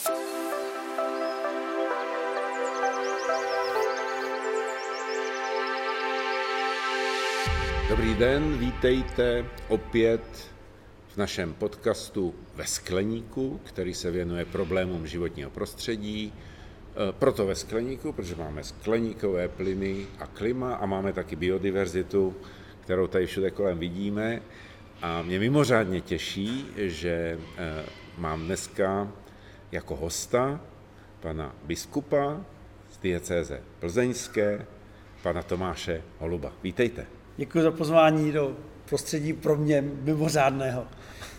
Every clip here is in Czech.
Dobrý den, vítejte opět v našem podcastu Ve skleníku, který se věnuje problémům životního prostředí. Proto ve skleníku, protože máme skleníkové plyny a klima a máme taky biodiverzitu, kterou tady všude kolem vidíme. A mě mimořádně těší, že mám dneska jako hosta pana biskupa z diecéze plzeňské, pana Tomáše Holuba. Vítejte. Děkuji za pozvání do prostředí pro mě mimořádného.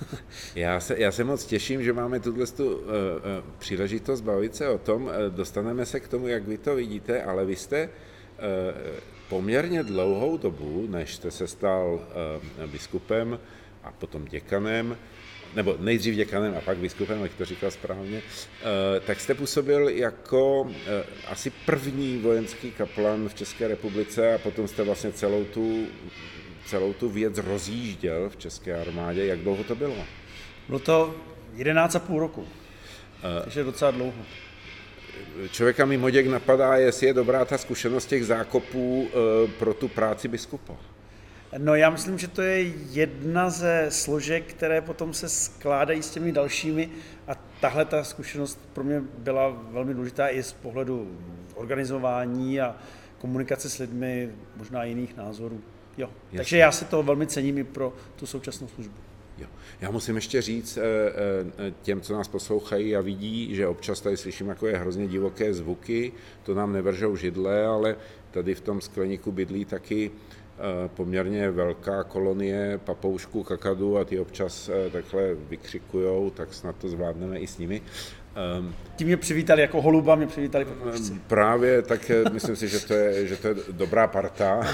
Já se moc těším, že máme tuto příležitost bavit se o tom. Dostaneme se k tomu, jak vy to vidíte, ale vy jste poměrně dlouhou dobu, než jste se stal biskupem a potom děkanem, nebo nejdřív děkanem a pak biskupem, jak to říkal správně, tak jste působil jako asi první vojenský kaplan v České republice a potom jste vlastně celou tu věc rozjížděl v české armádě. Jak dlouho to bylo? Bylo to 11,5 roku, takže docela dlouho. Člověka mimo děk napadá, jestli je dobrá ta zkušenost těch zákopů pro tu práci biskupa. No já myslím, že to je jedna ze složek, které potom se skládají s těmi dalšími a tahle ta zkušenost pro mě byla velmi důležitá i z pohledu organizování a komunikace s lidmi, možná jiných názorů. Jo. Takže já si to velmi cením i pro tu současnou službu. Jo. Já musím ještě říct těm, co nás poslouchají a vidí, že občas tady slyším, jako je hrozně divoké zvuky, to nám nevržou židle, ale tady v tom skleníku bydlí taky poměrně velká kolonie papoušků, kakadů a ty občas takhle vykřikujou, tak snad to zvládneme i s nimi. Ti mě přivítali jako holuba, mě přivítali papoušci. Právě, tak myslím si, že to je dobrá parta.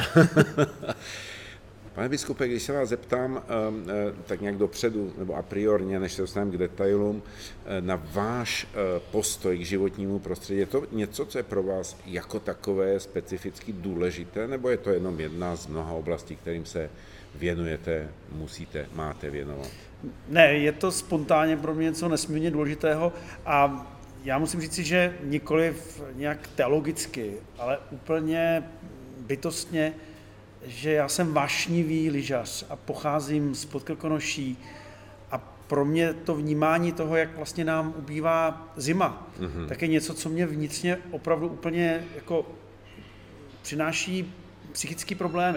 Pane biskupe, když se vás zeptám tak nějak dopředu, nebo a priorně, než se dostaneme k detailům, na váš postoj k životnímu prostředí, je to něco, co je pro vás jako takové specificky důležité, nebo je to jenom jedna z mnoha oblastí, kterým se věnujete, máte věnovat? Ne, je to spontánně pro mě něco nesmírně důležitého a já musím říci, že nikoliv nějak teologicky, ale úplně bytostně, že já jsem vášnivý lyžař a pocházím z Podkrkonoší a pro mě to vnímání toho, jak vlastně nám ubývá zima, tak je něco, co mě vnitřně opravdu úplně jako přináší psychické problémy.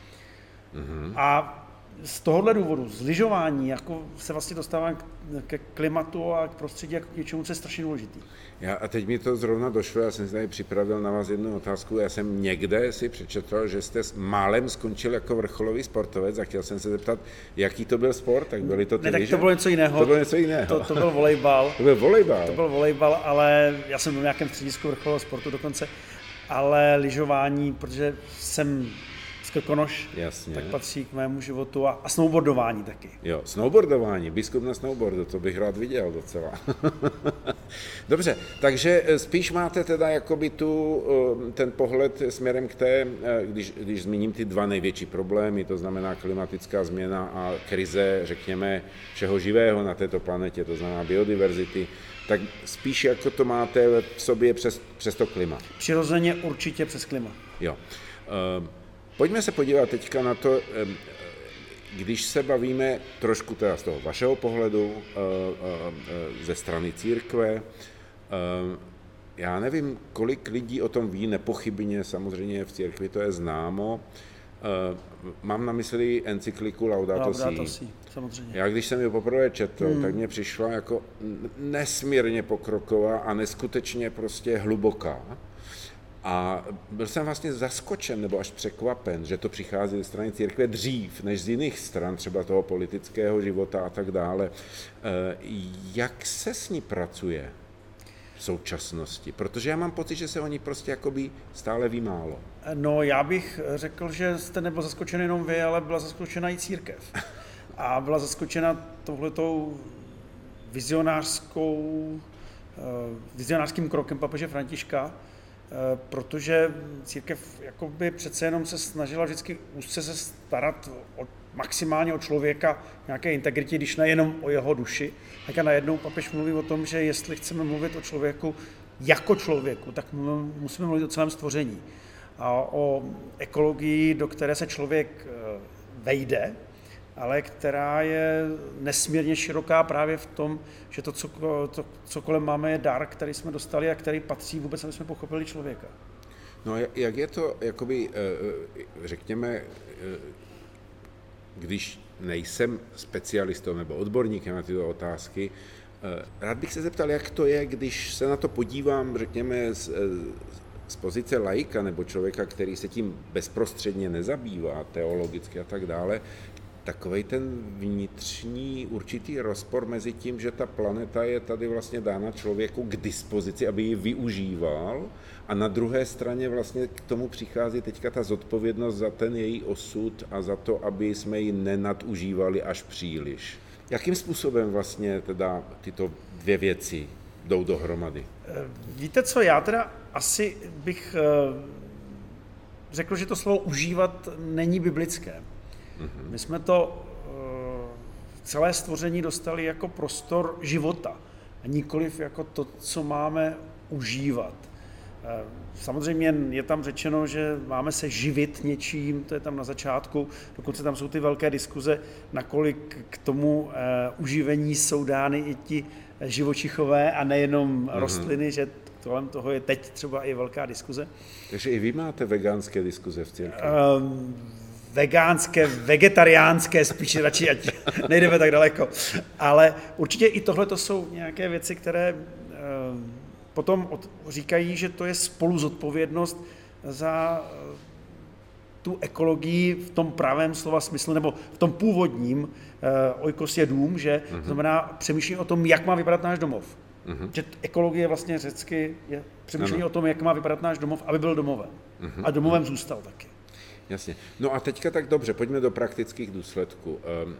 A z tohohle důvodu, z lyžování, jako se vlastně dostávám ke klimatu a k prostředí jako k něčemu, co je strašně důležitý. A teď mi to zrovna došlo, já jsem si tady připravil na vás jednu otázku. Já jsem někde si přečetl, že jste málem skončil jako vrcholový sportovec a chtěl jsem se zeptat, jaký to byl sport, tak byly to ty lyže? Tak to bylo něco jiného. To bylo něco jiného. To byl volejbal. To byl volejbal? To byl volejbal, ale já jsem byl v nějakém středisku vrcholového sportu dokonce, ale lyžování, protože jsem Krkonoš, tak patří k mému životu a snowboardování taky. Jo, snowboardování, biskup na snowboardu, to bych rád viděl docela. Dobře, takže spíš máte teda jakoby ten pohled směrem k té, když zmíním ty dva největší problémy, to znamená klimatická změna a krize, řekněme, všeho živého na této planetě, to znamená biodiverzity, tak spíš jako to máte v sobě přes to klima. Přirozeně určitě přes klima. Jo. Pojďme se podívat teďka na to, když se bavíme trošku teda z toho vašeho pohledu, ze strany církve. Já nevím, kolik lidí o tom ví, nepochybně, samozřejmě v církvi to je známo. Mám na mysli encykliku Laudato Si. Samozřejmě. Já když jsem ji poprvé četl, tak mě přišla jako nesmírně pokroková a neskutečně prostě hluboká. A byl jsem vlastně zaskočen nebo až překvapen, že to přichází ze strany církve dřív než z jiných stran, třeba toho politického života a tak dále. Jak se s ní pracuje v současnosti? Protože já mám pocit, že se o ní prostě jakoby stále ví málo. No, já bych řekl, že jste nebyl zaskočen jenom vy, ale byla zaskočena i církev. A byla zaskočena tohletou vizionářským krokem papeže Františka, protože církev jakoby přece jenom se snažila vždycky úzce se starat o maximálně o člověka, nějaké integritě, když nejenom o jeho duši, tak a najednou papež mluví o tom, že jestli chceme mluvit o člověku jako člověku, tak musíme mluvit o celém stvoření. A o ekologii, do které se člověk vejde, ale která je nesmírně široká právě v tom, že to, co kolem máme, je dar, který jsme dostali a který patří vůbec, aby jsme pochopili člověka. No jak je to, jakoby, řekněme, když nejsem specialistou nebo odborníkem na tyto otázky, rád bych se zeptal, jak to je, když se na to podívám, řekněme, z pozice laika nebo člověka, který se tím bezprostředně nezabývá, teologicky a tak dále, takovej ten vnitřní určitý rozpor mezi tím, že ta planeta je tady vlastně dána člověku k dispozici, aby ji využíval, a na druhé straně vlastně k tomu přichází teďka ta zodpovědnost za ten její osud a za to, aby jsme ji nenadužívali až příliš. Jakým způsobem vlastně teda tyto dvě věci jdou dohromady? Víte co, já teda asi bych řekl, že to slovo užívat není biblické. My jsme to celé stvoření dostali jako prostor života, a nikoliv jako to, co máme užívat. Samozřejmě je tam řečeno, že máme se živit něčím, to je tam na začátku, dokonce tam jsou ty velké diskuze, nakolik k tomu uživení jsou dány i ti živočichové a nejenom rostliny, že kolem toho je teď třeba i velká diskuze. Takže i vy máte vegánské diskuze v církvi? Vegánské, vegetariánské, spíš radši, ať nejdeme tak daleko. Ale určitě i tohle to jsou nějaké věci, které potom říkají, že to je spoluzodpovědnost za tu ekologii v tom pravém slova smyslu, nebo v tom původním, oikos je dům, že to znamená přemýšlení o tom, jak má vypadat náš domov. Že ekologie vlastně řecky je přemýšlení o tom, jak má vypadat náš domov, aby byl domovem. A domovem zůstal taky. Jasně. No a teďka tak dobře, pojďme do praktických důsledků.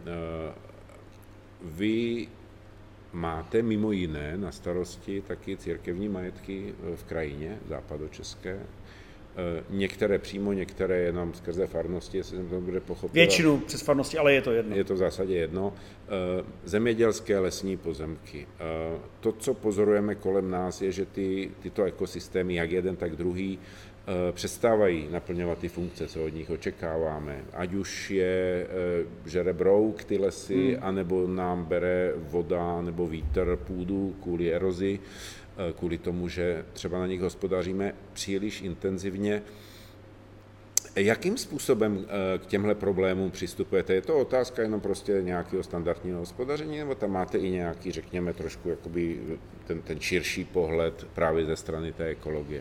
Vy máte mimo jiné na starosti taky církevní majetky v krajině západočeské. Některé přímo, některé jenom skrze farnosti, jestli jsem to dobře pochopil. Většinu přes farnosti, ale je to jedno. Je to v zásadě jedno. Zemědělské lesní pozemky. To, co pozorujeme kolem nás, je, že tyto ekosystémy, jak jeden, tak druhý, přestávají naplňovat ty funkce, co od nich očekáváme. Ať už je žere brouk ty lesy, anebo nám bere voda nebo vítr půdu kvůli erozi, kvůli tomu, že třeba na nich hospodaříme příliš intenzivně. Jakým způsobem k těmhle problémům přistupujete? Je to otázka jenom prostě nějakého standardního hospodaření, nebo tam máte i nějaký, řekněme, trošku jakoby ten širší pohled právě ze strany té ekologie?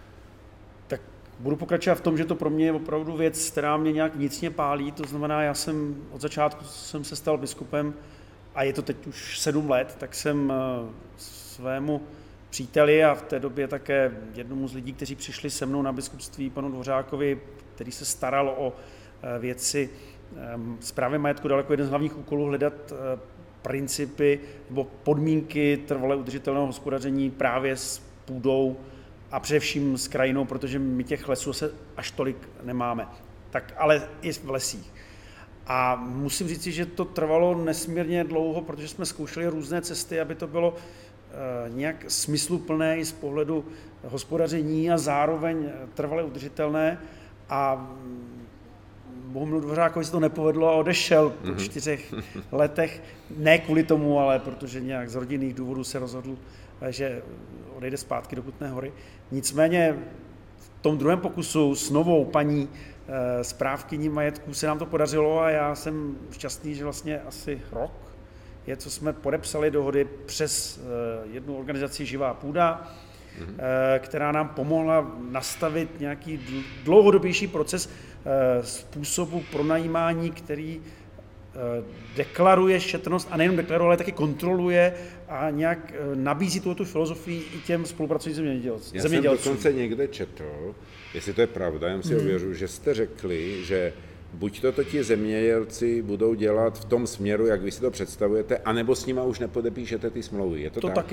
Tak budu pokračovat v tom, že to pro mě je opravdu věc, která mě nějak vnitřně pálí. To znamená, já jsem od začátku jsem se stal biskupem a je to teď už 7 let, tak jsem svému příteli a v té době také jednomu z lidí, kteří přišli se mnou na biskupství, panu Dvořákovi, který se staral o věci správy majetku, daleko jeden z hlavních úkolů hledat principy nebo podmínky trvale udržitelného hospodaření právě s půdou a především s krajinou, protože my těch lesů se až tolik nemáme, tak ale i v lesích. A musím říci, že to trvalo nesmírně dlouho, protože jsme zkoušeli různé cesty, aby to bylo nějak smysluplné i z pohledu hospodaření a zároveň trvale udržitelné. A Bohumilu Dvořákovi se to nepovedlo a odešel po 4 letech. Ne kvůli tomu, ale protože nějak z rodinných důvodů se rozhodl, že odejde zpátky do Kutné Hory. Nicméně v tom druhém pokusu s novou paní správkyní majetku se nám to podařilo a já jsem šťastný, že vlastně asi rok je, co jsme podepsali dohody přes jednu organizaci Živá půda, která nám pomohla nastavit nějaký dlouhodobější proces způsobu pronajímání, který deklaruje šetrnost a nejenom deklaruje, ale taky kontroluje a nějak nabízí tu filozofii i těm spolupracujícím zemědělcům. Já jsem dokonce někde četl, jestli to je pravda, já si ověřuji, že jste řekli, že buď to ti zemědělci budou dělat v tom směru, jak vy si to představujete, anebo s nima už nepodepíšete ty smlouvy. Je to tak?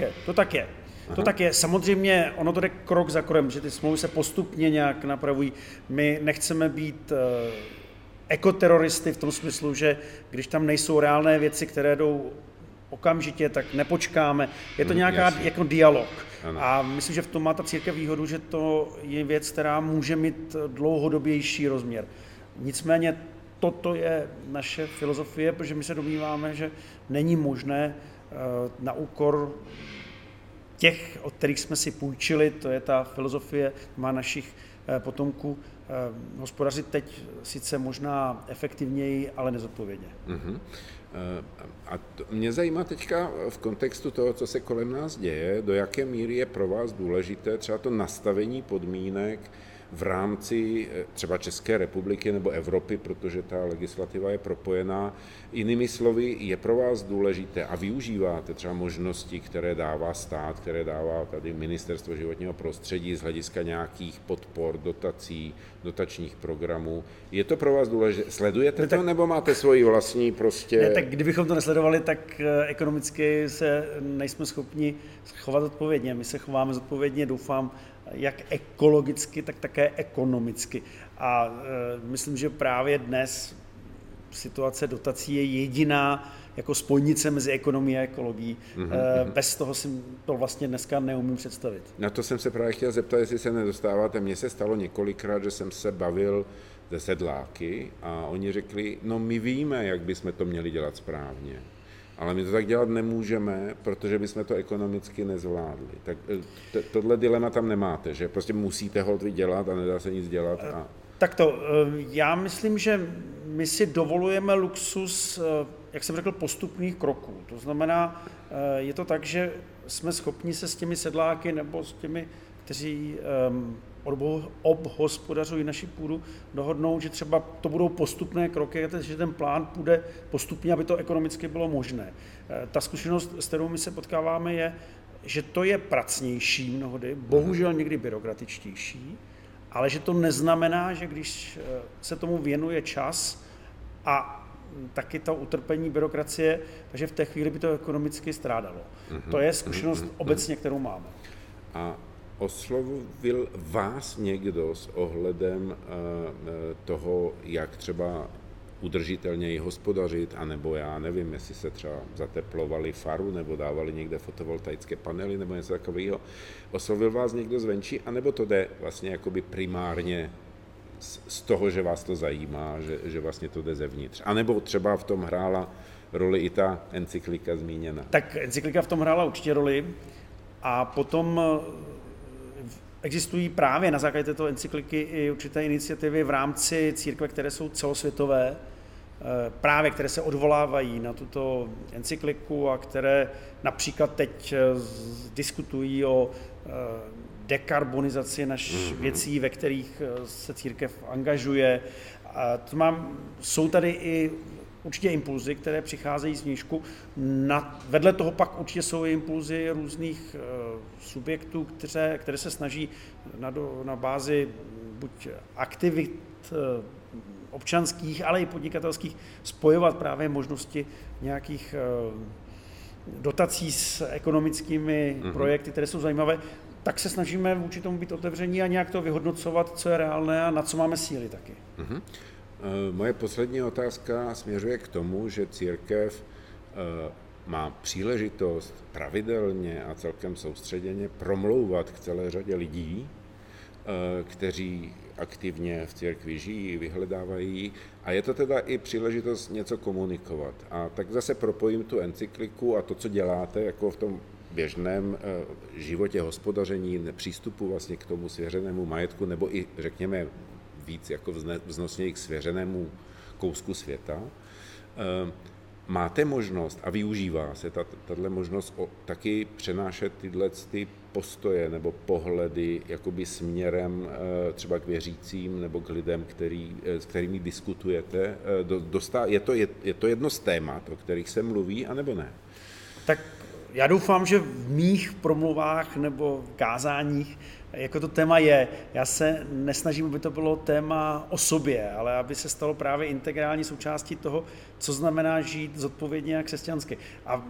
To tak je. Samozřejmě ono to jde krok za krokem, že ty smlouvy se postupně nějak napravují. My nechceme být ekoteroristy v tom smyslu, že když tam nejsou reálné věci, které jdou okamžitě, tak nepočkáme. Je to nějaká jako dialog. Ano. A myslím, že v tom má ta církev výhodu, že to je věc, která může mít dlouhodobější rozměr. Nicméně toto je naše filozofie, protože my se domníváme, že není možné na úkor těch, od kterých jsme si půjčili, to je ta filozofie má našich potomků, hospodařit teď sice možná efektivněji, ale nezodpovědně. Uh-huh. A mě zajímá teďka v kontextu toho, co se kolem nás děje, do jaké míry je pro vás důležité třeba to nastavení podmínek v rámci třeba České republiky nebo Evropy, protože ta legislativa je propojená. Jinými slovy, je pro vás důležité a využíváte třeba možnosti, které dává stát, které dává tady Ministerstvo životního prostředí z hlediska nějakých podpor, dotací, dotačních programů. Je to pro vás důležité? Sledujete to, nebo máte svoji vlastní prostě... Ne, tak kdybychom to nesledovali, tak ekonomicky se nejsme schopni chovat odpovědně. My se chováme zodpovědně, doufám, jak ekologicky, tak také ekonomicky. A myslím, že právě dnes situace dotací je jediná jako spojnice mezi ekonomií a ekologií. Bez toho si to vlastně dneska neumím představit. Na to jsem se právě chtěl zeptat, jestli se nedostáváte. Mně se stalo několikrát, že jsem se bavil se sedláky a oni řekli, no my víme, jak bychom to měli dělat správně. Ale my to tak dělat nemůžeme, protože bychom to ekonomicky nezvládli. Tak tohle dilema tam nemáte, že prostě musíte holt vydělat a nedá se nic dělat. Tak to, já myslím, že my si dovolujeme luxus, jak jsem řekl, postupných kroků. To znamená, je to tak, že jsme schopni se s těmi sedláky nebo s těmi, kteří obhospodařují naši půdu, dohodnout, že třeba to budou postupné kroky, že ten plán půjde postupně, aby to ekonomicky bylo možné. Ta zkušenost, s kterou my se potkáváme, je, že to je pracnější mnohdy, bohužel někdy byrokratičtější, ale že to neznamená, že když se tomu věnuje čas a taky to utrpení byrokracie, takže v té chvíli by to ekonomicky strádalo. To je zkušenost obecně, kterou máme. A oslovil vás někdo s ohledem toho, jak třeba udržitelněji hospodařit, anebo já nevím, jestli se třeba zateplovali faru, nebo dávali někde fotovoltaické panely, nebo něco takového. Oslovil vás někdo zvenčí, anebo to jde vlastně jakoby primárně z toho, že vás to zajímá, že vlastně to jde zevnitř. A nebo třeba v tom hrála roli i ta encyklika zmíněna. Tak encyklika v tom hrála určitě roli a potom existují právě na základě této encykliky i určité iniciativy v rámci církve, které jsou celosvětové, právě které se odvolávají na tuto encykliku a které například teď diskutují o dekarbonizaci věcí, ve kterých se církev angažuje. Jsou tady i určitě impulzy, které přicházejí z vnějšku. Vedle toho pak určitě jsou i impulzy různých subjektů, které se snaží na bázi buď aktivit občanských, ale i podnikatelských spojovat právě možnosti nějakých dotací s ekonomickými projekty, které jsou zajímavé. Tak se snažíme vůči tomu být otevření a nějak to vyhodnocovat, co je reálné a na co máme síly taky. Moje poslední otázka směřuje k tomu, že církev má příležitost pravidelně a celkem soustředěně promlouvat k celé řadě lidí, kteří aktivně v církvi žijí, vyhledávají a je to teda i příležitost něco komunikovat. A tak zase propojím tu encykliku a to, co děláte jako v tom běžném životě hospodaření, přístupu vlastně k tomu svěřenému majetku nebo i řekněme víc jako vznosněji k svěřenému kousku světa. Máte možnost a využívá se tato možnost taky přenášet tyhle ty postoje nebo pohledy jakoby směrem třeba k věřícím nebo k lidem, s kterými diskutujete. Je to jedno z témat, o kterých se mluví, anebo ne? Tak já doufám, že v mých promluvách nebo kázáních jako to téma je. Já se nesnažím, aby to bylo téma o sobě, ale aby se stalo právě integrální součástí toho, co znamená žít zodpovědně a křesťansky. A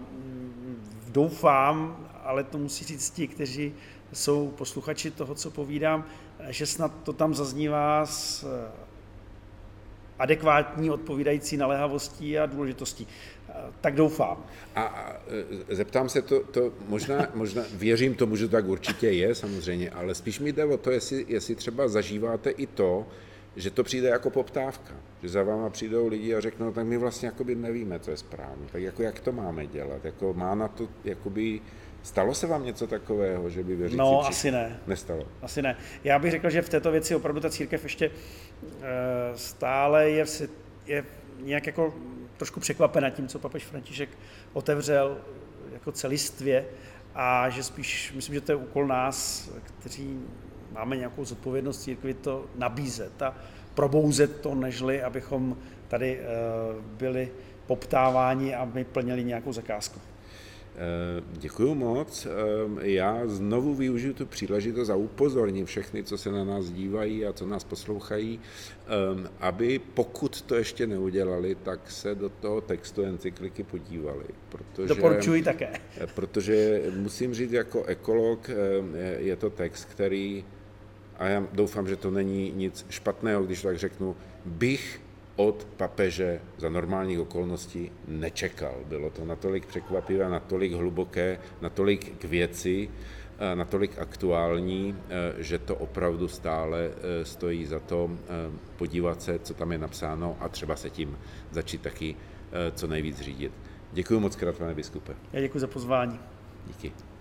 doufám, ale to musí říct ti, kteří jsou posluchači toho, co povídám, že snad to tam zaznívá adekvátní, odpovídající naléhavostí a důležitostí. Tak doufám. A zeptám se, to možná věřím tomu, že to tak určitě je samozřejmě, ale spíš mi jde o to, jestli třeba zažíváte i to, že to přijde jako poptávka, že za váma přijdou lidi a řeknou, tak my vlastně jakoby nevíme, co je správně, tak jako jak to máme dělat, jako má na to, jakoby, stalo se vám něco takového, že by věřící asi ne. Nestalo. Asi ne. Já bych řekl, že v této věci opravdu ta církev ještě stále je nějak jako trošku překvapena tím, co papež František otevřel jako celistvě a že spíš, myslím, že to je úkol nás, kteří máme nějakou zodpovědnost církvi, to nabízet a probouzet to, nežli abychom tady byli poptáváni a my plnili nějakou zakázku. Děkuju moc. Já znovu využiju tu příležitost a upozorním všechny, co se na nás dívají a co nás poslouchají, aby pokud to ještě neudělali, tak se do toho textu encykliky podívali. Doporučuji také. Protože musím říct, jako ekolog je to text, který, a já doufám, že to není nic špatného, když tak řeknu, bych od papeže za normálních okolností nečekal. Bylo to natolik překvapivé, natolik hluboké, natolik k věci, natolik aktuální, že to opravdu stále stojí za to podívat se, co tam je napsáno a třeba se tím začít taky co nejvíc řídit. Děkuji moc krát, pane biskupe. Já děkuji za pozvání. Díky.